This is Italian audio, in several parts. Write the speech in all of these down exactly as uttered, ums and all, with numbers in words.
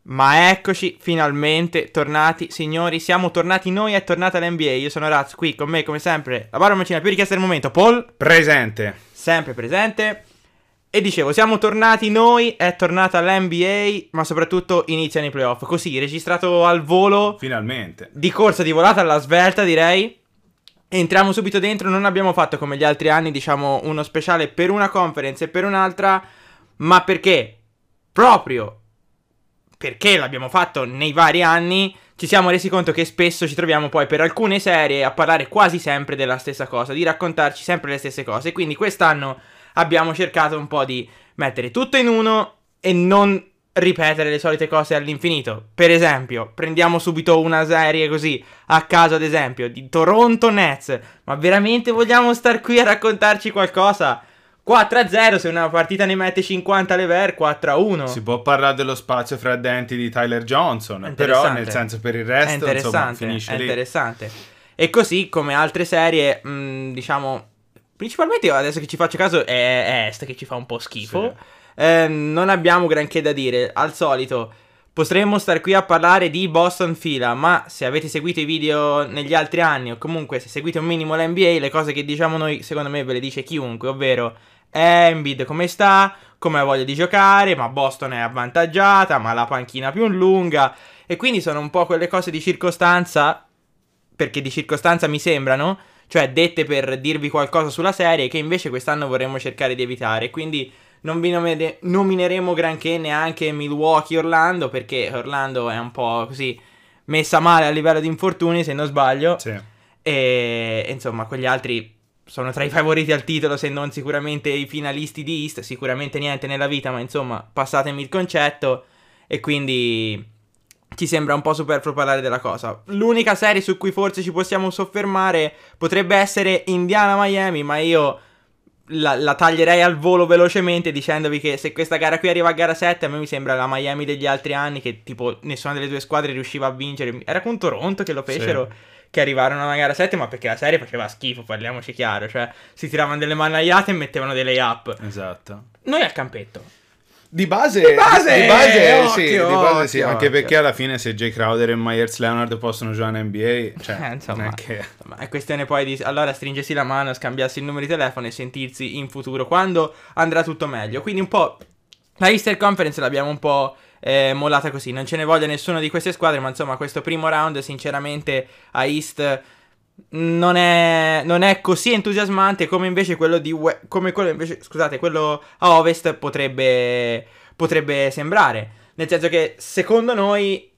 Ma eccoci, finalmente tornati, signori, siamo tornati noi, è tornata l'N B A. Io sono Raz, qui con me come sempre la barba macina più richiesta del momento, Paul. Presente. Sempre presente. E dicevo, siamo tornati noi, è tornata l'N B A, ma soprattutto iniziano i playoff. Così, registrato al volo. Finalmente. Di corsa, di volata alla svelta, direi. Entriamo subito dentro, non abbiamo fatto come gli altri anni, diciamo, uno speciale per una conference e per un'altra, ma perché proprio perché l'abbiamo fatto nei vari anni, ci siamo resi conto che spesso ci troviamo poi per alcune serie a parlare quasi sempre della stessa cosa, di raccontarci sempre le stesse cose. Quindi quest'anno abbiamo cercato un po' di mettere tutto in uno e non ripetere le solite cose all'infinito. Per esempio, prendiamo subito una serie così a caso, ad esempio, di Toronto Nets. Ma veramente vogliamo star qui a raccontarci qualcosa? quattro a zero, se una partita ne mette cinquanta Lever, quattro a uno. Si può parlare dello spazio fra i denti di Tyler Johnson, però nel senso per il resto è insomma finisce è lì. interessante. E così come altre serie, mh, diciamo, principalmente adesso che ci faccio caso è Est che ci fa un po' schifo. Sì. Eh, non abbiamo granché da dire, al solito. Potremmo star qui a parlare di Boston fila, ma se avete seguito i video negli altri anni o comunque se seguite un minimo l'N B A, le cose che diciamo noi secondo me ve le dice chiunque, ovvero Embiid come sta, come ha voglia di giocare, ma Boston è avvantaggiata, ma la panchina più lunga, e quindi sono un po' quelle cose di circostanza, perché di circostanza mi sembrano, cioè dette per dirvi qualcosa sulla serie che invece quest'anno vorremmo cercare di evitare, quindi non vi nomine- nomineremo granché neanche Milwaukee-Orlando, perché Orlando è un po' così messa male a livello di infortuni, se non sbaglio, Sì. e insomma quegli altri sono tra i favoriti al titolo, se non sicuramente i finalisti di East, sicuramente niente nella vita, ma insomma passatemi il concetto, e quindi ci sembra un po' superfluo parlare della cosa. L'unica serie su cui forse ci possiamo soffermare potrebbe essere Indiana-Miami, ma io La, la taglierei al volo velocemente dicendovi che se questa gara qui arriva a gara sette, a me mi sembra la Miami degli altri anni, che tipo nessuna delle due squadre riusciva a vincere. Era con Toronto che lo fecero, sì, che arrivarono a una gara sette, ma perché la serie faceva schifo, parliamoci chiaro, cioè si tiravano delle manaiate e mettevano dei lay-up. Esatto. Noi al campetto. Di base, di base, di base, occhio, sì, di base occhio, sì, occhio. anche perché alla fine se Jay Crowder e Myers Leonard possono giocare in N B A, cioè, eh, insomma, non è che... insomma, è questione poi di allora stringersi la mano, scambiarsi il numero di telefono e sentirsi in futuro quando andrà tutto meglio. Quindi un po' la Easter Conference l'abbiamo un po' eh, mollata così, non ce ne voglia nessuna di queste squadre, ma insomma questo primo round sinceramente a East non è, non è così entusiasmante come invece quello di We- come quello invece, scusate, quello a Ovest potrebbe potrebbe sembrare, nel senso che secondo noi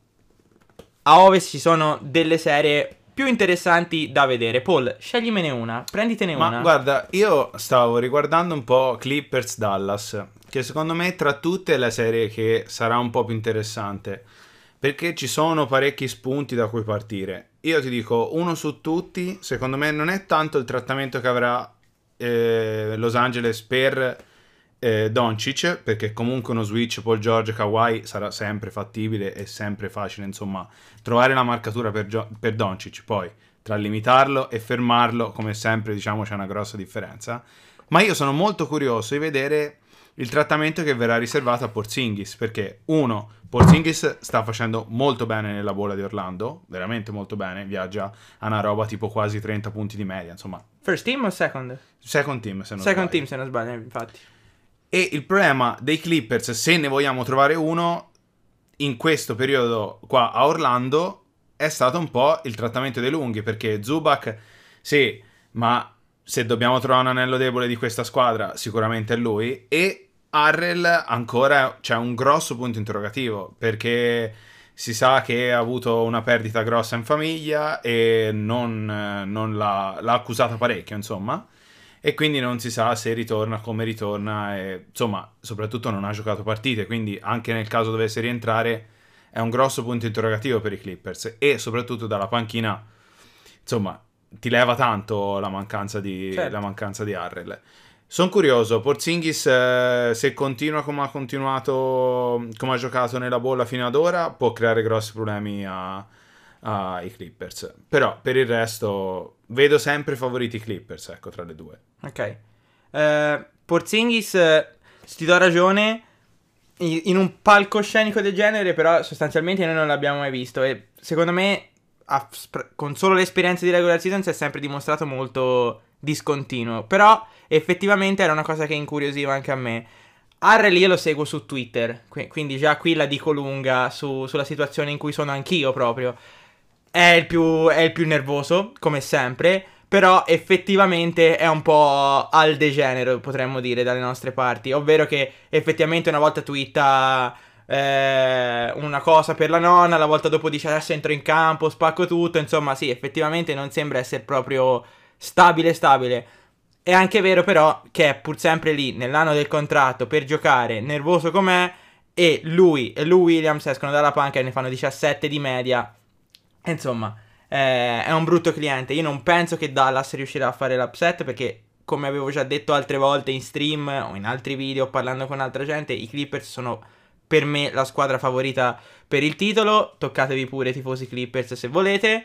a Ovest ci sono delle serie più interessanti da vedere. Paul, sceglimene una, prenditene Ma una. guarda, io stavo riguardando un po' Clippers Dallas, che secondo me tra tutte è la serie che sarà un po' più interessante, perché ci sono parecchi spunti da cui partire. Io ti dico, uno su tutti, secondo me non è tanto il trattamento che avrà eh, Los Angeles per eh, Doncic, perché comunque uno switch Paul George Kawhi sarà sempre fattibile e sempre facile, insomma, trovare la marcatura per, Gio- per Doncic. Poi, tra limitarlo e fermarlo, come sempre, diciamo, c'è una grossa differenza. Ma io sono molto curioso di vedere il trattamento che verrà riservato a Porzingis, perché uno, Porzingis sta facendo molto bene nella bolla di Orlando, veramente molto bene, viaggia a una roba tipo quasi trenta punti di media, insomma. First team o second? Second team, se non Second sbaglio. team, se non sbaglio, infatti. E il problema dei Clippers, se ne vogliamo trovare uno, in questo periodo qua a Orlando, è stato un po' il trattamento dei lunghi, perché Zubac, sì, ma se dobbiamo trovare un anello debole di questa squadra, sicuramente è lui, e Harrell ancora c'è un grosso punto interrogativo, perché si sa che ha avuto una perdita grossa in famiglia e non, non l'ha, l'ha accusata parecchio, insomma, e quindi non si sa se ritorna, come ritorna, e insomma, soprattutto non ha giocato partite, quindi anche nel caso dovesse rientrare è un grosso punto interrogativo per i Clippers, e soprattutto dalla panchina, insomma, ti leva tanto la mancanza di, certo. la mancanza di Harrell. Sono curioso, Porzingis eh, se continua come ha continuato, come ha giocato nella bolla fino ad ora, può creare grossi problemi a, ai Clippers. Però per il resto vedo sempre favoriti i Clippers, ecco, tra le due. Ok. Uh, Porzingis, ti do ragione. in, in un palcoscenico del genere, però sostanzialmente noi non l'abbiamo mai visto e secondo me ha, con solo l'esperienza di regular season si è sempre dimostrato molto discontinuo, però effettivamente era una cosa che incuriosiva anche a me. Harrell io lo seguo su Twitter, quindi già qui la dico lunga su, sulla situazione in cui sono anch'io proprio. È il più, è il più nervoso, come sempre, però effettivamente è un po' al degenero, potremmo dire, dalle nostre parti. Ovvero che effettivamente una volta twitta eh, una cosa per la nonna, la volta dopo dice adesso entro in campo, spacco tutto. Insomma sì, effettivamente non sembra essere proprio stabile stabile. È anche vero però che è pur sempre lì nell'anno del contratto per giocare, nervoso com'è, e lui e Lou Williams escono dalla panca e ne fanno diciassette di media. Insomma, eh, è un brutto cliente. Io non penso che Dallas riuscirà a fare l'upset perché, come avevo già detto altre volte in stream o in altri video parlando con altra gente, i Clippers sono per me la squadra favorita per il titolo. Toccatevi pure, tifosi Clippers, se volete.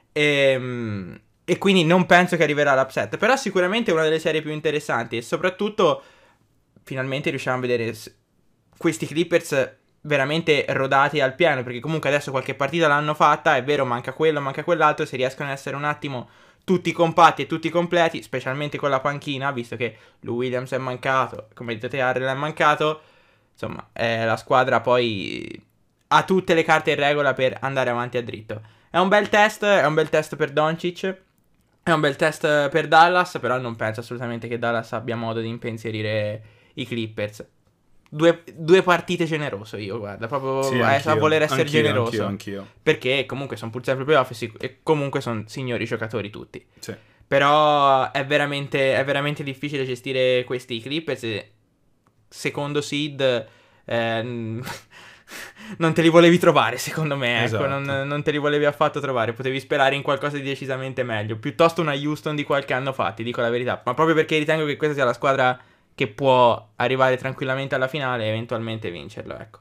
Ehm... E quindi non penso che arriverà l'upset. Però sicuramente è una delle serie più interessanti. E soprattutto finalmente riusciamo a vedere questi Clippers veramente rodati al piano. Perché comunque adesso qualche partita l'hanno fatta. È vero, manca quello, manca quell'altro. Se riescono ad essere un attimo tutti compatti e tutti completi, specialmente con la panchina, visto che Lou Williams è mancato, come dite te, Harrell è mancato, insomma, eh, la squadra poi ha tutte le carte in regola per andare avanti a dritto. È un bel test, è un bel test per Doncic. È un bel test per Dallas, però non penso assolutamente che Dallas abbia modo di impensierire i Clippers. Due, due partite generoso io, guarda, proprio sì, a, a voler essere anch'io, generoso. Anch'io, anch'io. Perché comunque sono pur sempre playoff e, e comunque sono signori giocatori tutti. Sì. Però è veramente, è veramente difficile gestire questi Clippers. Secondo seed... Eh, non te li volevi trovare, secondo me, ecco, esatto. non, non te li volevi affatto trovare, potevi sperare in qualcosa di decisamente meglio, piuttosto una Houston di qualche anno fa, ti dico la verità, ma proprio perché ritengo che questa sia la squadra che può arrivare tranquillamente alla finale e eventualmente vincerlo, ecco.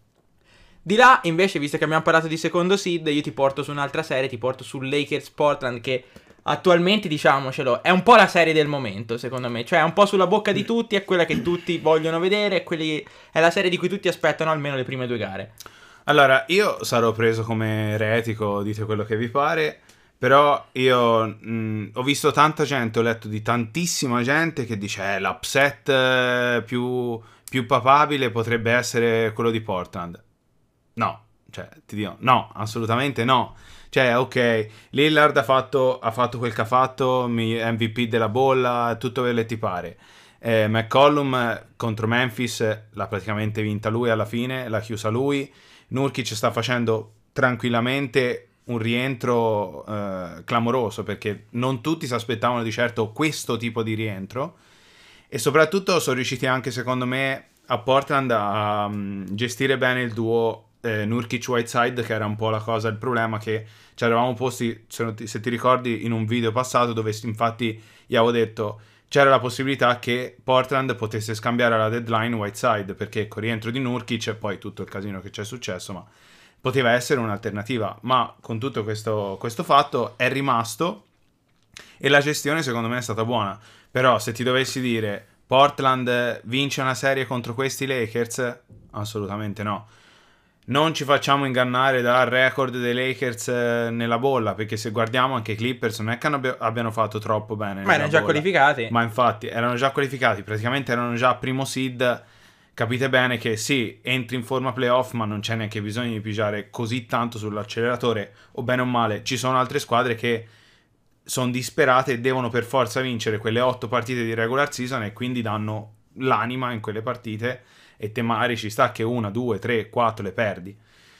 Di là, invece, visto che abbiamo parlato di secondo seed, io ti porto su un'altra serie, ti porto su Lakers Portland, che attualmente, diciamocelo, è un po' la serie del momento, secondo me. Cioè, è un po' sulla bocca di tutti, è quella che tutti vogliono vedere, è, quelli... è la serie di cui tutti aspettano almeno le prime due gare. Allora, io sarò preso come eretico, dite quello che vi pare, però io mh, ho visto tanta gente, ho letto di tantissima gente che dice eh, l'upset eh, più, più papabile potrebbe essere quello di Portland. No, cioè, ti dico, no, assolutamente no. Cioè, ok, Lillard ha fatto, ha fatto quel che ha fatto, M V P della bolla, tutto quello che ti pare. Eh, McCollum contro Memphis l'ha praticamente vinta lui alla fine, l'ha chiusa lui. Nurkic sta facendo tranquillamente un rientro eh, clamoroso, perché non tutti si aspettavano di certo questo tipo di rientro. E soprattutto sono riusciti anche, secondo me, a Portland a um, gestire bene il duo Eh, Nurkic-Whiteside, che era un po' la cosa, il problema, che ci eravamo posti, se, ti, se ti ricordi, in un video passato dove infatti gli avevo detto c'era la possibilità che Portland potesse scambiare alla deadline Whiteside, perché con il rientro di Nurkic e poi tutto il casino che c'è successo, ma poteva essere un'alternativa. Ma con tutto questo, questo fatto è rimasto e la gestione secondo me è stata buona. Però se ti dovessi dire Portland vince una serie contro questi Lakers, assolutamente no. Non ci facciamo ingannare dal record dei Lakers eh, nella bolla, perché se guardiamo anche i Clippers non è che abbi- abbiano fatto troppo bene. Ma erano già bolla. qualificati. Ma infatti erano già qualificati, praticamente erano già primo seed. Capite bene che sì, entri in forma playoff, ma non c'è neanche bisogno di pigiare così tanto sull'acceleratore, o bene o male. Ci sono altre squadre che sono disperate e devono per forza vincere quelle otto partite di regular season e quindi danno l'anima in quelle partite. E te magari ci sta che una, due, tre, quattro le perdi.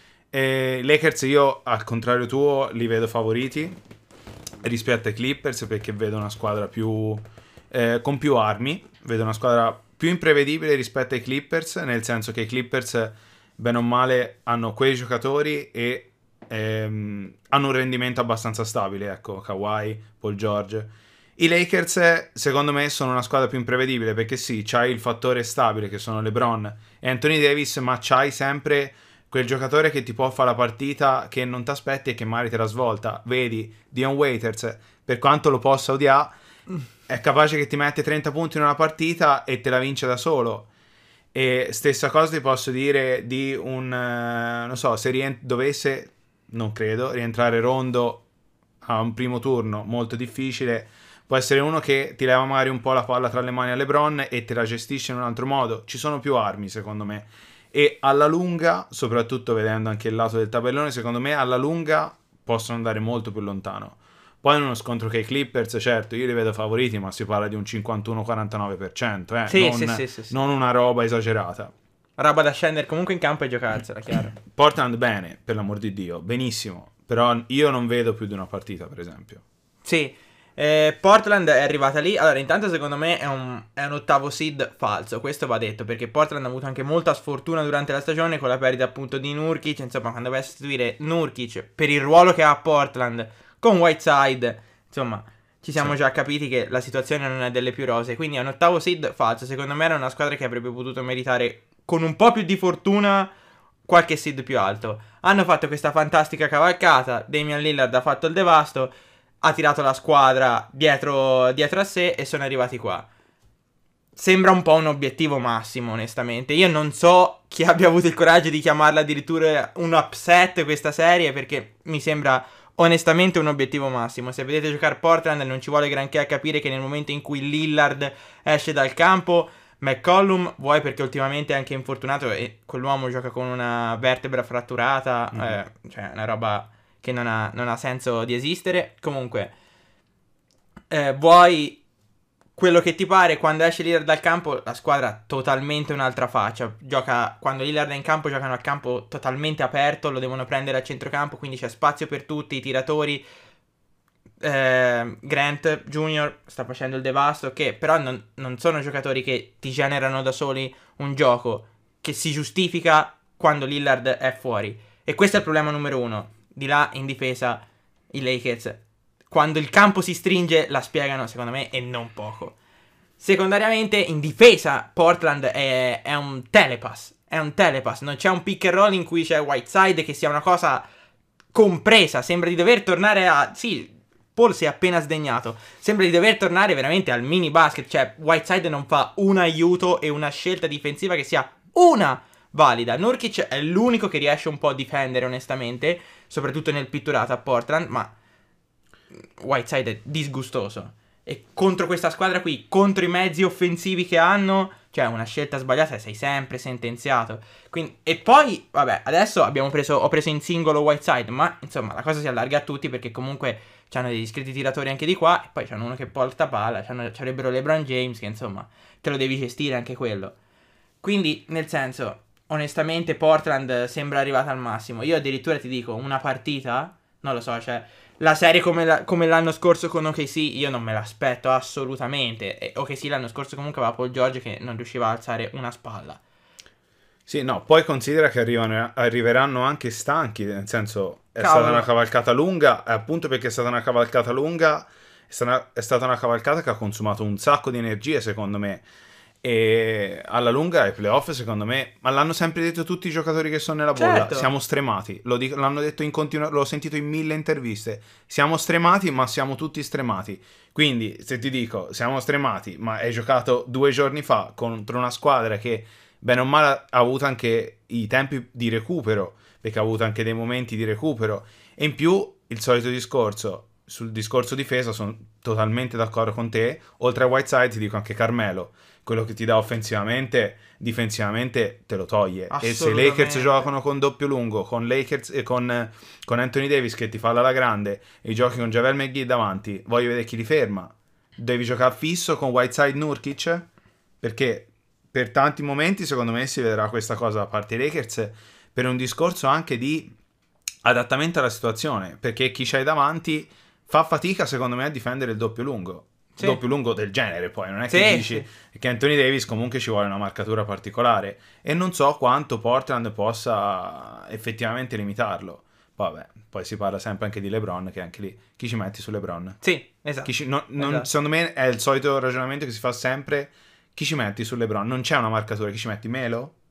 E Lakers io, al contrario tuo, li vedo favoriti rispetto ai Clippers, perché vedo una squadra più eh, con più armi, vedo una squadra più imprevedibile rispetto ai Clippers, nel senso che i Clippers, bene o male, hanno quei giocatori e ehm, hanno un rendimento abbastanza stabile, ecco, Kawhi, Paul George. I Lakers, secondo me, sono una squadra più imprevedibile, perché sì, c'hai il fattore stabile che sono LeBron e Anthony Davis, ma c'hai sempre quel giocatore che ti può fare la partita che non ti aspetti e che magari te la svolta. Vedi, Dion Waiters, per quanto lo possa odiare, è capace che ti mette trenta punti in una partita e te la vince da solo. E stessa cosa ti posso dire di un, eh, non so, se rient- dovesse, non credo, rientrare Rondo a un primo turno molto difficile, può essere uno che ti leva magari un po' la palla tra le mani a LeBron e te la gestisce in un altro modo. Ci sono più armi, secondo me. E alla lunga, soprattutto vedendo anche il lato del tabellone, secondo me alla lunga possono andare molto più lontano. Poi in uno scontro che i Clippers, certo, io li vedo favoriti, ma si parla di un cinquantuno quarantanove per cento, eh? Sì, non, sì, sì, sì, sì. non una roba esagerata. Roba da scendere comunque in campo e giocarsela, chiaro. Portland bene, per l'amor di Dio, benissimo. Però io non vedo più di una partita, per esempio. Sì, eh, Portland è arrivata lì. Allora, intanto secondo me è un, è un ottavo seed falso, questo va detto, perché Portland ha avuto anche molta sfortuna durante la stagione con la perdita appunto di Nurkic. Insomma, quando vai a sostituire Nurkic per il ruolo che ha a Portland con Whiteside, insomma, ci siamo Sì. già capiti che la situazione non è delle più rose. Quindi è un ottavo seed falso. Secondo me era una squadra che avrebbe potuto meritare con un po' più di fortuna qualche seed più alto. Hanno fatto questa fantastica cavalcata. Damian Lillard ha fatto il devasto, ha tirato la squadra dietro, dietro a sé e sono arrivati qua. Sembra un po' un obiettivo massimo, onestamente. Io non so chi abbia avuto il coraggio di chiamarla addirittura un upset questa serie, perché mi sembra onestamente un obiettivo massimo. Se vedete giocare Portland non ci vuole granché a capire che nel momento in cui Lillard esce dal campo, McCollum, vuoi perché ultimamente è anche infortunato e quell'uomo gioca con una vertebra fratturata, Mhm. eh, cioè una roba che non ha, non ha senso di esistere. Comunque, eh, vuoi quello che ti pare, quando esce Lillard dal campo, la squadra ha totalmente un'altra faccia. Gioca, quando Lillard è in campo, giocano al campo totalmente aperto, lo devono prendere a centrocampo, quindi c'è spazio per tutti, i tiratori. Eh, Grant Junior sta facendo il devasto, che però non, non sono giocatori che ti generano da soli un gioco che si giustifica quando Lillard è fuori. E questo è il problema numero uno. Di là, in difesa, i Lakers, quando il campo si stringe, la spiegano, secondo me, e non poco. Secondariamente, in difesa, Portland è, è un telepass. È un telepass. Non c'è un pick and roll in cui c'è Whiteside che sia una cosa compresa. Sembra di dover tornare a... Sì, Paul si è appena sdegnato. Sembra di dover tornare veramente al mini basket. Cioè, Whiteside non fa un aiuto e una scelta difensiva che sia una valida. Nurkic è l'unico che riesce un po' a difendere, onestamente, soprattutto nel pitturato a Portland, ma Whiteside è disgustoso. E contro questa squadra qui, contro i mezzi offensivi che hanno, cioè una scelta sbagliata e sei sempre sentenziato. Quindi, e poi, vabbè, adesso abbiamo preso, ho preso in singolo Whiteside, ma insomma la cosa si allarga a tutti perché comunque c'hanno degli discreti tiratori anche di qua, e poi c'hanno uno che porta palla, c'hanno, c'avrebbero LeBron James che insomma te lo devi gestire anche quello. Quindi, nel senso, onestamente Portland sembra arrivata al massimo. Io addirittura ti dico, una partita, non lo so, cioè la serie come, la, come l'anno scorso con O K C io non me l'aspetto assolutamente. E O K C l'anno scorso comunque aveva Paul George che non riusciva a alzare una spalla. Sì, no, poi considera che arrivano, arriveranno anche stanchi, nel senso è Cavolo. stata una cavalcata lunga, e appunto perché è stata una cavalcata lunga, è stata, è stata una cavalcata che ha consumato un sacco di energie, secondo me. E alla lunga ai playoff, secondo me, ma l'hanno sempre detto tutti i giocatori che sono nella bolla, Certo. siamo stremati, lo dico, l'hanno detto in continuo, l'ho sentito in mille interviste, siamo stremati ma siamo tutti stremati. Quindi se ti dico siamo stremati ma hai giocato due giorni fa contro una squadra che bene o male ha avuto anche i tempi di recupero, perché ha avuto anche dei momenti di recupero, e in più il solito discorso sul discorso difesa, sono totalmente d'accordo con te. Oltre a Whiteside ti dico anche Carmelo, quello che ti dà offensivamente, difensivamente te lo toglie. E se i Lakers giocano con doppio lungo, con Lakers e con, con Anthony Davis che ti fa alla grande, e giochi con Javel McGee davanti, voglio vedere chi li ferma. Devi giocare fisso con Whiteside Nurkic, perché per tanti momenti secondo me si vedrà questa cosa da parte dei Lakers, per un discorso anche di adattamento alla situazione, perché chi c'hai davanti fa fatica secondo me a difendere il doppio lungo. Sì. Doppio lungo del genere, poi non è che sì, dici sì. che Anthony Davis comunque ci vuole una marcatura particolare, e non so quanto Portland possa effettivamente limitarlo. Vabbè, poi si parla sempre anche di LeBron, che anche lì chi ci metti su LeBron? Sì, esatto. Ci, no, non, esatto. Secondo me è il solito ragionamento che si fa sempre: chi ci metti su LeBron? Non c'è una marcatura, chi ci metti? Melo?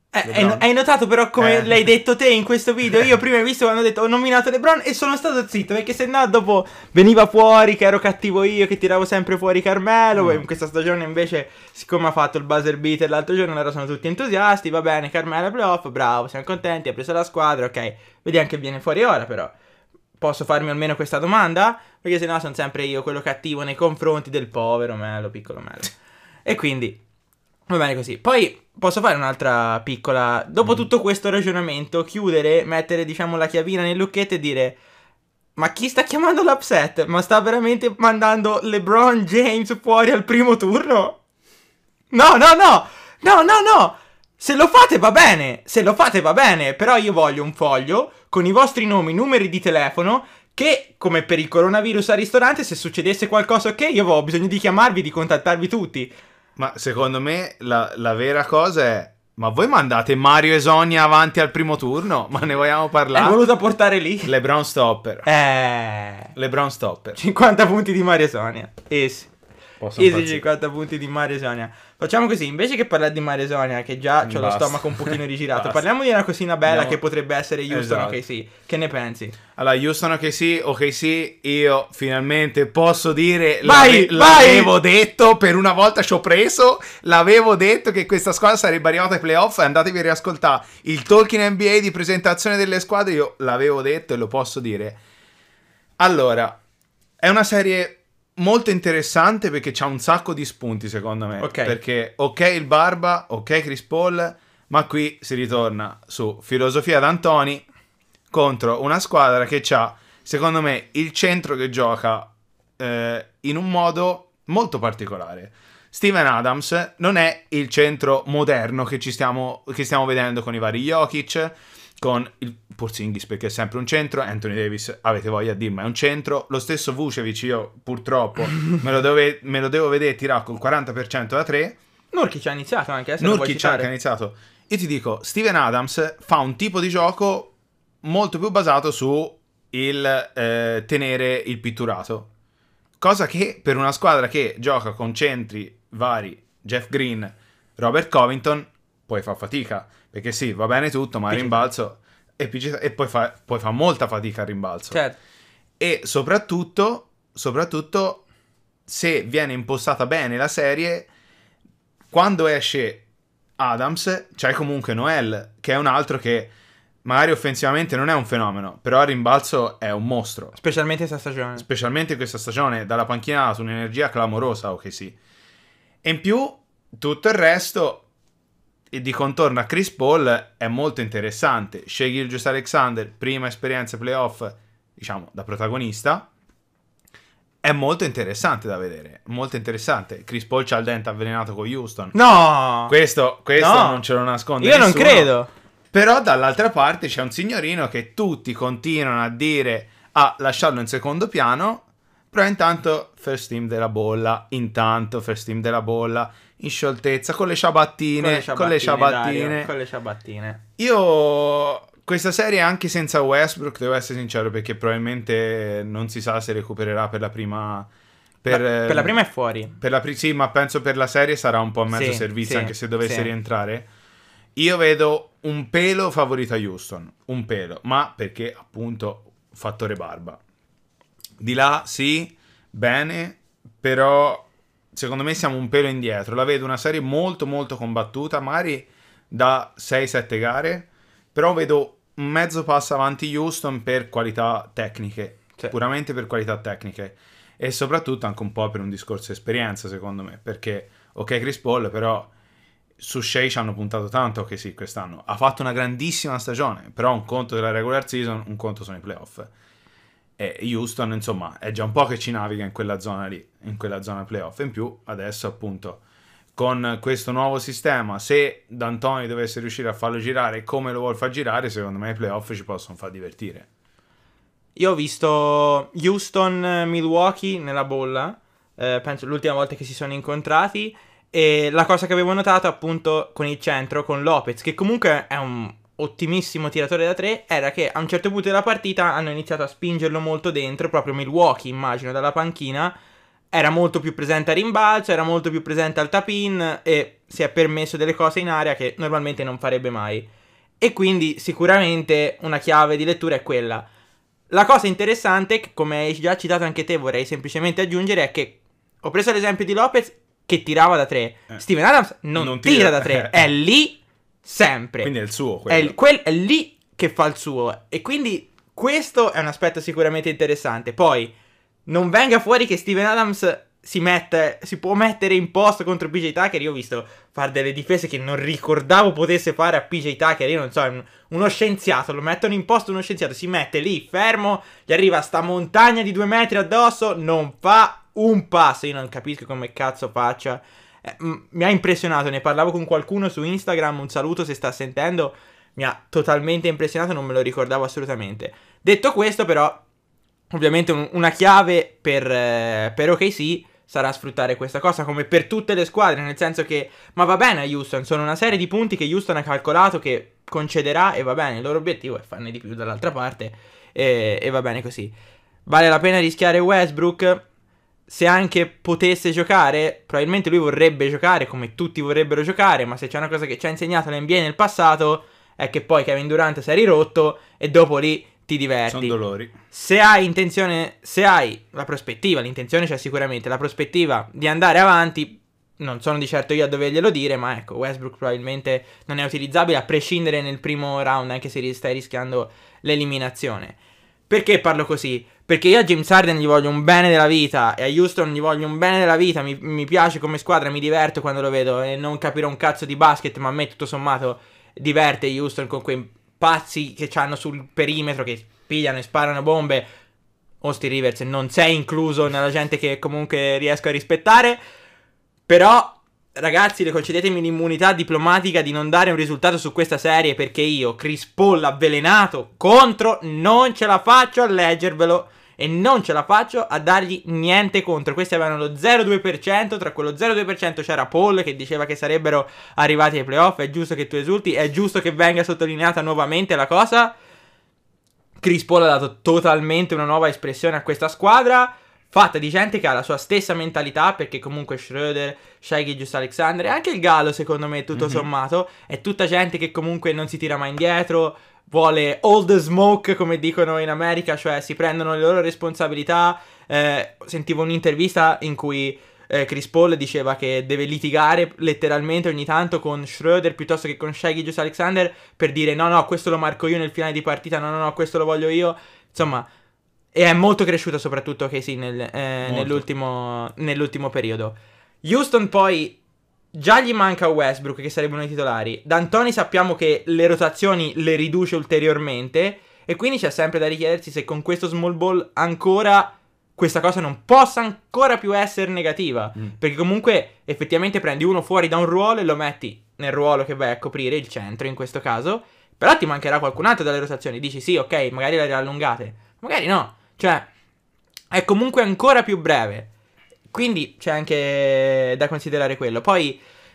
Eh, hai, hai notato però come Eh. l'hai detto te in questo video? Io prima hai visto quando ho detto ho nominato LeBron e sono stato zitto perché se no dopo veniva fuori che ero cattivo io, che tiravo sempre fuori Carmelo. Mm. In questa stagione invece, siccome ha fatto il buzzer beater l'altro giorno, loro sono tutti entusiasti. Va bene, Carmelo ai playoff, bravo, siamo contenti, ha preso la squadra, ok. Vediamo che viene fuori ora però. Posso farmi almeno questa domanda? Perché sennò sono sempre io quello cattivo nei confronti del povero Melo, piccolo Melo. E quindi va bene così. Poi posso fare un'altra piccola. Dopo tutto questo ragionamento, chiudere, mettere diciamo la chiavina nel lucchetto e dire: ma chi sta chiamando l'upset? Ma sta veramente mandando LeBron James fuori al primo turno? No, no, no! No, no, no! Se lo fate va bene, se lo fate va bene, però io voglio un foglio con i vostri nomi, numeri di telefono, che come per il coronavirus al ristorante, se succedesse qualcosa ok, io ho bisogno di chiamarvi, di contattarvi tutti. Ma secondo me la, la vera cosa è: ma voi mandate Mario e Sonia avanti al primo turno? Ma ne vogliamo L'hai parlare? voluta portare lì? LeBron Stopper. Eh... LeBron Stopper. cinquanta punti di Mario Sonia. Easy. Posso Easy impazzire. cinquanta punti di Mario Sonia. Facciamo così, invece che parlare di Mario Sonia, che già c'ho lo Basta. stomaco un pochino rigirato, Basta. parliamo di una cosina bella Andiamo- che potrebbe essere Houston Esatto. ok sì. Che ne pensi? Allora, Houston ok sì, ok sì, io finalmente posso dire Vai, l'ave- vai! l'avevo detto, per una volta ci ho preso, l'avevo detto che questa squadra sarebbe arrivata ai playoff, e andatevi a riascoltare il Talking N B A di presentazione delle squadre, io l'avevo detto e lo posso dire. Allora, è una serie molto interessante perché c'ha un sacco di spunti secondo me, Ok. perché ok il Barba, ok Chris Paul, ma qui si ritorna su filosofia d'Antoni contro una squadra che ha, secondo me, il centro che gioca eh, in un modo molto particolare. Steven Adams non è il centro moderno che ci stiamo, che stiamo vedendo con i vari Jokic, con il Porzingis perché è sempre un centro, Anthony Davis avete voglia di dirmi è un centro, lo stesso Vucevic io purtroppo me, lo dove, me lo devo vedere tirare col quaranta per cento da tre. Nurkic ha iniziato anche, adesso lo vuoi Nurkic ha anche citare? iniziato. Io ti dico, Steven Adams fa un tipo di gioco molto più basato su il eh, tenere il pitturato, cosa che per una squadra che gioca con centri vari, Jeff Green, Robert Covington, poi fa fatica, perché sì, va bene tutto, ma a P G rimbalzo e, P G e poi, fa, poi fa molta fatica al rimbalzo. Certo. E soprattutto, soprattutto se viene impostata bene la serie, quando esce Adams c'è comunque Noel, che è un altro che magari offensivamente non è un fenomeno, però al rimbalzo è un mostro, Specialmente questa stagione. specialmente in questa stagione, dalla panchina ha un'energia clamorosa, ok sì. E in più tutto il resto e di contorno a Chris Paul è molto interessante. Shai Gilgeous-Alexander, prima esperienza playoff, diciamo, da protagonista, è molto interessante da vedere, molto interessante. Chris Paul c'ha il dente avvelenato con Houston. No! Questo, questo No. non ce lo nasconde Io non nessuno. credo. Però dall'altra parte c'è un signorino che tutti continuano a dire a lasciarlo in secondo piano, però intanto first team della bolla, intanto first team della bolla, in scioltezza, con le ciabattine, con le ciabattine. Dario, con le ciabattine. Io questa serie anche senza Westbrook, devo essere sincero, perché probabilmente non si sa se recupererà per la prima... Per, Ma per la prima è fuori. per la pri- sì, ma penso per la serie sarà un po' a mezzo Sì, servizio, sì, anche se dovesse sì. rientrare. Io vedo un pelo favorito a Houston, un pelo, ma perché appunto fattore barba. Di là sì, bene, però secondo me siamo un pelo indietro. La vedo una serie molto molto combattuta, magari da sei sette gare, però vedo un mezzo passo avanti Houston per qualità tecniche, Sì. puramente per qualità tecniche. E soprattutto anche un po' per un discorso di esperienza, secondo me, perché ok Chris Paul, però su Shai ci hanno puntato tanto che sì, quest'anno ha fatto una grandissima stagione, però un conto della regular season, un conto sono i playoff. E Houston, insomma, è già un po' che ci naviga in quella zona lì, in quella zona playoff. In più, adesso appunto, con questo nuovo sistema, se D'Antoni dovesse riuscire a farlo girare come lo vuol far girare, secondo me i playoff ci possono far divertire. Io ho visto Houston-Milwaukee nella bolla, eh, penso l'ultima volta che si sono incontrati, e la cosa che avevo notato appunto con il centro, con Lopez, che comunque è un ottimissimo tiratore da tre, era che a un certo punto della partita hanno iniziato a spingerlo molto dentro, proprio Milwaukee immagino dalla panchina, era molto più presente a rimbalzo, era molto più presente al tap-in e si è permesso delle cose in area che normalmente non farebbe mai. E quindi sicuramente una chiave di lettura è quella. La cosa interessante, che come hai già citato anche te, vorrei semplicemente aggiungere, è che ho preso l'esempio di Lopez che tirava da tre. Eh. Steven Adams non, non tira, tira da tre, è lì sempre. Quindi è il suo, quello. È, il, quel, è lì che fa il suo. E quindi questo è un aspetto sicuramente interessante. Poi non venga fuori che Steven Adams si mette, si può mettere in posto contro P J Tucker. Io ho visto fare delle difese che non ricordavo potesse fare a P J Tucker. Io non so, un, uno scienziato, lo mettono in posto uno scienziato, si mette lì fermo, gli arriva sta montagna di due metri addosso, non fa un passo. Io non capisco come cazzo faccia. Eh, m- mi ha impressionato, ne parlavo con qualcuno su Instagram, un saluto se sta sentendo. Mi ha totalmente impressionato, non me lo ricordavo assolutamente. Detto questo, però, ovviamente un, una chiave per, eh, per O K C sarà sfruttare questa cosa, come per tutte le squadre, nel senso che, ma va bene a Houston, sono una serie di punti che Houston ha calcolato che concederà e va bene, il loro obiettivo è farne di più dall'altra parte e, e va bene così. Vale la pena rischiare Westbrook? Se anche potesse giocare, probabilmente lui vorrebbe giocare come tutti vorrebbero giocare, ma se c'è una cosa che ci ha insegnato l'N B A nel passato è che poi Kevin Durant si è rirotto e dopo lì ti diverti. Sono dolori. Se hai intenzione, se hai la prospettiva, l'intenzione c'è sicuramente, la prospettiva di andare avanti, non sono di certo io a doverglielo dire, ma ecco, Westbrook probabilmente non è utilizzabile a prescindere nel primo round, anche se stai rischiando l'eliminazione. Perché parlo così? Perché io a James Harden gli voglio un bene della vita e a Houston gli voglio un bene della vita, mi, mi piace come squadra, mi diverto quando lo vedo e non capirò un cazzo di basket, ma a me tutto sommato diverte Houston con quei pazzi che c'hanno sul perimetro, che pigliano e sparano bombe. Austin Rivers non sei incluso nella gente che comunque riesco a rispettare, però ragazzi, concedetemi l'immunità diplomatica di non dare un risultato su questa serie, perché io, Chris Paul avvelenato contro, non ce la faccio a leggervelo e non ce la faccio a dargli niente contro. Questi avevano lo zero virgola due per cento, tra quello zero virgola due per cento c'era Paul che diceva che sarebbero arrivati ai playoff. È giusto che tu esulti, è giusto che venga sottolineata nuovamente la cosa. Chris Paul ha dato totalmente una nuova espressione a questa squadra, fatta di gente che ha la sua stessa mentalità, perché comunque Schroeder, Shai Gilgeous-Alexander e anche il Gallo, secondo me, tutto mm-hmm. sommato, è tutta gente che comunque non si tira mai indietro, vuole all the smoke, come dicono in America, cioè si prendono le loro responsabilità. Eh, sentivo un'intervista in cui eh, Chris Paul diceva che deve litigare letteralmente ogni tanto con Schroeder piuttosto che con Shai Gilgeous-Alexander per dire no no, questo lo marco io nel finale di partita, no no no, questo lo voglio io, insomma. E è molto cresciuto soprattutto K C nel, eh, nell'ultimo, nell'ultimo periodo. Houston poi già gli manca Westbrook, che sarebbero i titolari. D'Antoni sappiamo che le rotazioni le riduce ulteriormente, e quindi c'è sempre da richiedersi se con questo small ball ancora questa cosa non possa ancora più essere negativa. Mm. Perché comunque effettivamente prendi uno fuori da un ruolo e lo metti nel ruolo che vai a coprire, il centro in questo caso, però ti mancherà qualcun altro dalle rotazioni. Dici sì, ok, magari le rallungate, magari no. Cioè, è comunque ancora più breve. Quindi c'è anche da considerare quello. Poi,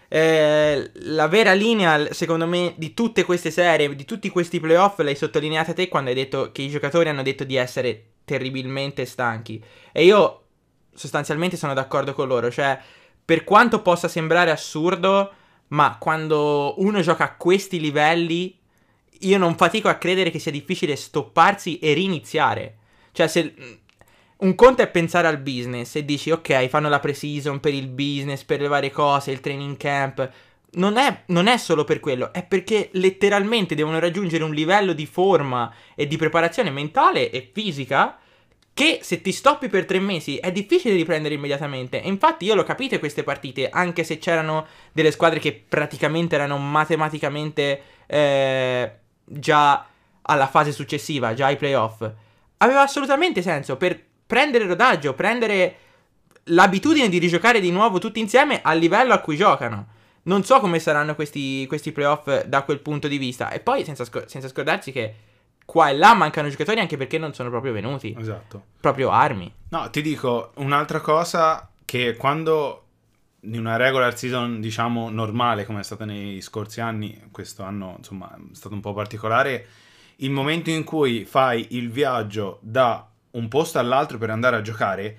eh, la vera linea, secondo me, di tutte queste serie, di tutti questi playoff, l'hai sottolineata te quando hai detto che i giocatori hanno detto di essere terribilmente stanchi. E io, sostanzialmente, sono d'accordo con loro. Cioè, per quanto possa sembrare assurdo, ma quando uno gioca a questi livelli, io non fatico a credere che sia difficile stopparsi e riniziare. Cioè, se un conto è pensare al business e dici ok, fanno la pre-season per il business, per le varie cose, il training camp, non è, non è solo per quello, è perché letteralmente devono raggiungere un livello di forma e di preparazione mentale e fisica che se ti stoppi per tre mesi è difficile riprendere immediatamente. E infatti io l'ho capito queste partite, anche se c'erano delle squadre che praticamente erano matematicamente eh, già alla fase successiva, già ai playoff. Aveva assolutamente senso per prendere rodaggio, prendere l'abitudine di rigiocare di nuovo tutti insieme al livello a cui giocano. Non so come saranno questi, questi playoff da quel punto di vista. E poi senza, scor- senza scordarsi che qua e là mancano giocatori anche perché non sono proprio venuti. Esatto. Proprio armi. No, ti dico un'altra cosa, che quando in una regular season, diciamo, normale, come è stata nei scorsi anni, questo anno, insomma, è stato un po' particolare, il momento in cui fai il viaggio da un posto all'altro per andare a giocare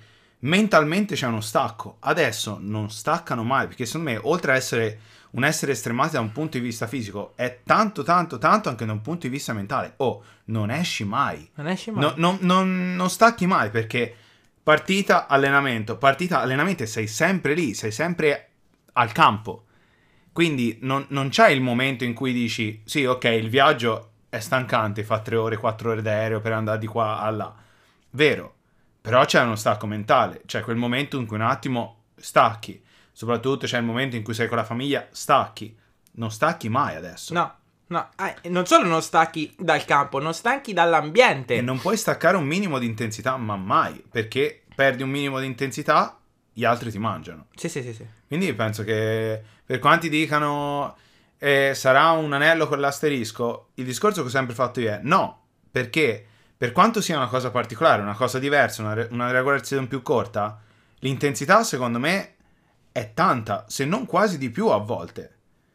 mentalmente c'è uno stacco. Adesso non staccano mai, perché secondo me, oltre a essere un essere estremati da un punto di vista fisico, è tanto tanto tanto anche da un punto di vista mentale. Oh, non esci mai. Non esci mai. No, no, non, non stacchi mai, perché partita, allenamento, partita, allenamento e sei sempre lì, sei sempre al campo. Quindi non, non c'è il momento in cui dici, sì, ok, il viaggio è stancante, fa tre ore, quattro ore d'aereo per andare di qua a là. Vero, però c'è uno stacco mentale, c'è quel momento in cui un attimo stacchi. Soprattutto c'è il momento in cui sei con la famiglia, stacchi. Non stacchi mai adesso. No, no, eh, non solo non stacchi dal campo, non stacchi dall'ambiente. E non puoi staccare un minimo di intensità, ma mai, perché perdi un minimo di intensità, gli altri ti mangiano. Sì, sì, sì, sì. Quindi penso che per quanti dicano eh, sarà un anello con l'asterisco, il discorso che ho sempre fatto io è no, perché per quanto sia una cosa particolare, una cosa diversa, una, re- una regolazione più corta, l'intensità secondo me è tanta, se non quasi di più a volte.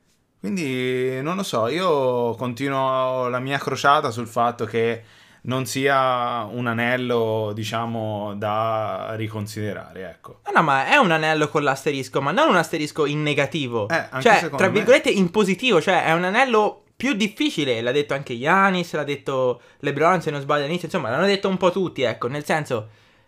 Quindi non lo so, io continuo la mia crociata sul fatto che non sia un anello, diciamo, da riconsiderare, ecco. No, no, ma è un anello con l'asterisco, ma non un asterisco in negativo. Eh, anche cioè, secondo tra me. virgolette, in positivo, cioè è un anello più difficile, l'ha detto anche Giannis, l'ha detto LeBron, se non sbaglio all'inizio, insomma, l'hanno detto un po' tutti, ecco, nel senso,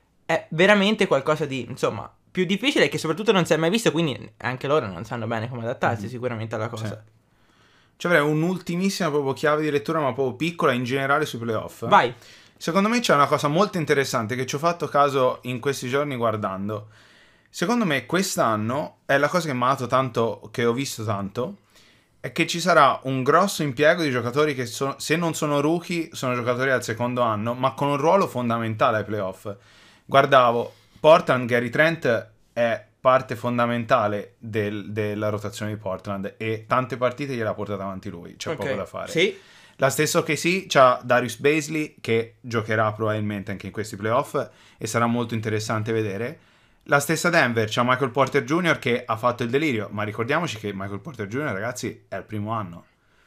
è veramente qualcosa di, insomma, più difficile che soprattutto non si è mai visto, quindi anche loro non sanno bene come adattarsi Mhm. sicuramente alla cosa. Sì. Ci avrei un'ultimissima proprio chiave di lettura, ma proprio piccola in generale sui playoff. Vai. Secondo me c'è una cosa molto interessante che ci ho fatto caso in questi giorni guardando. Secondo me quest'anno è la cosa che mi ha dato tanto, che ho visto tanto, è che ci sarà un grosso impiego di giocatori che sono, se non sono rookie, sono giocatori al secondo anno, ma con un ruolo fondamentale ai playoff. Guardavo, Portland, Gary Trent è parte fondamentale del- della rotazione di Portland e tante partite gliel'ha portata avanti lui, c'è Ok. poco da fare. Sì. La stessa O K C c'ha Darius Bazley che giocherà probabilmente anche in questi playoff e sarà molto interessante vedere. La stessa Denver c'ha Michael Porter Junior che ha fatto il delirio, ma ricordiamoci che Michael Porter Junior, ragazzi, è il primo anno.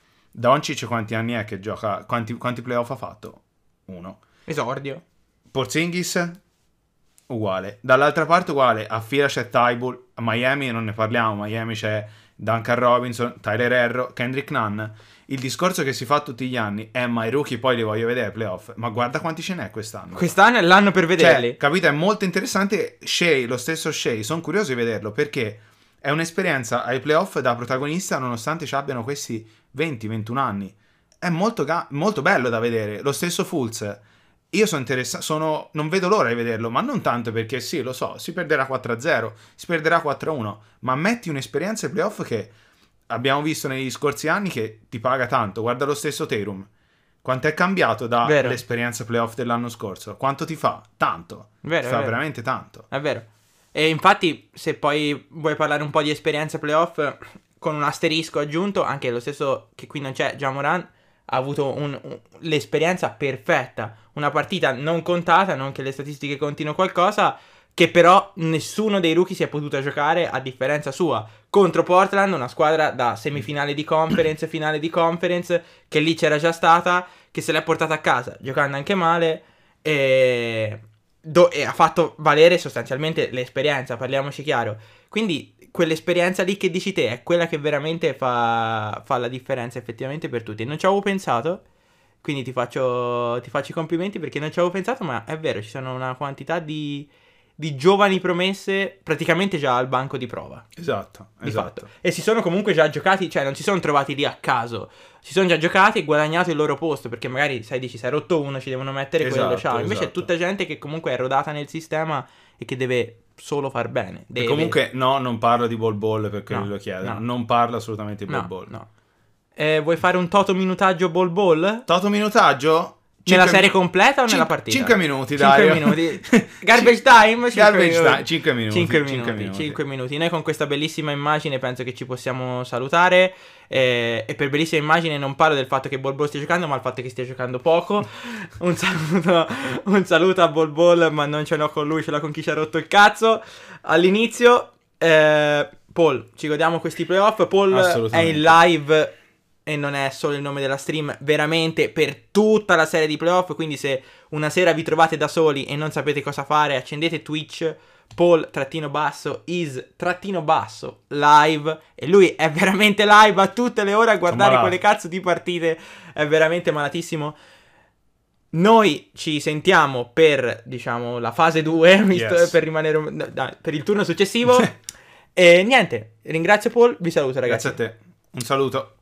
Doncic quanti anni è che gioca? Quanti, quanti playoff ha fatto? Uno. Esordio. Porzingis? Uguale. Dall'altra parte uguale, a fila c'è Thibault, a Miami non ne parliamo, a Miami c'è Duncan Robinson, Tyler Herro, Kendrick Nunn. Il discorso che si fa tutti gli anni è ma i rookie poi li voglio vedere ai playoff, ma guarda quanti ce n'è quest'anno. Quest'anno è l'anno per vederli. Cioè, capito? È molto interessante. Shea, lo stesso Shea, sono curioso di vederlo perché è un'esperienza ai playoff da protagonista nonostante ci abbiano questi venti ventuno anni. È molto, ga- molto bello da vedere. Lo stesso Fultz. Io sono interessato, sono, non vedo l'ora di vederlo, ma non tanto perché sì, lo so, si perderà quattro a zero, si perderà quattro a uno, ma metti un'esperienza ai playoff che abbiamo visto negli scorsi anni che ti paga tanto. Guarda lo stesso Tatum. Quanto è cambiato dall'esperienza playoff dell'anno scorso? Quanto ti fa? Tanto. Vero, ti è fa vero. veramente tanto. È vero. E infatti, se poi vuoi parlare un po' di esperienza playoff, con un asterisco aggiunto, anche lo stesso che qui non c'è, Ja Morant ha avuto un, un- l'esperienza perfetta. Una partita non contata, non che le statistiche contino qualcosa, che però nessuno dei rookie si è potuto giocare a differenza sua. Contro Portland, una squadra da semifinale di conference, finale di conference, che lì c'era già stata, che se l'è portata a casa, giocando anche male, e... Do- e ha fatto valere sostanzialmente l'esperienza, parliamoci chiaro. Quindi quell'esperienza lì che dici te è quella che veramente fa, fa la differenza effettivamente per tutti. Non ci avevo pensato, quindi ti faccio, ti faccio i complimenti perché non ci avevo pensato, ma è vero, ci sono una quantità di, di giovani promesse praticamente già al banco di prova. Esatto, Di esatto. fatto. E si sono comunque già giocati, cioè non si sono trovati lì a caso. Si sono già giocati e guadagnato il loro posto, perché magari, sai, dici, si è rotto uno, ci devono mettere quello, Esatto, ciao. Invece è esatto. tutta gente che comunque è rodata nel sistema e che deve solo far bene. E Deve. comunque no, non parlo di ball ball perché No, lo chiedono. no. Non parlo assolutamente di ball No, ball. no. Eh, vuoi fare un toto minutaggio ball ball? Toto minutaggio? Nella Cinque serie mi- completa o cin- nella partita? cinque minuti, cinque Dario. minuti. Garbage time? cinque Garbage minuti. time, cinque minuti, cinque cinque minuti, minuti. cinque minuti. Noi con questa bellissima immagine penso che ci possiamo salutare. eh, e per bellissima immagine non parlo del fatto che Bol Bol stia giocando, ma il fatto che stia giocando poco. Un saluto, un saluto a Bol Bol, ma non ce l'ho con lui, ce l'ho con chi ci ha rotto il cazzo. All'inizio, eh, Paul, ci godiamo questi playoff. Paul è Assolutamente. in live e non è solo il nome della stream, veramente per tutta la serie di playoff. Quindi se una sera vi trovate da soli e non sapete cosa fare, accendete Twitch, Paul trattino basso is trattino basso live, e lui è veramente live a tutte le ore a guardare quelle cazzo di partite, è veramente malatissimo. Noi ci sentiamo per, diciamo, la fase due, Yes. per rimanere no, dai, per il turno successivo. E niente, ringrazio Paul, vi saluto ragazzi. Grazie a te, un saluto.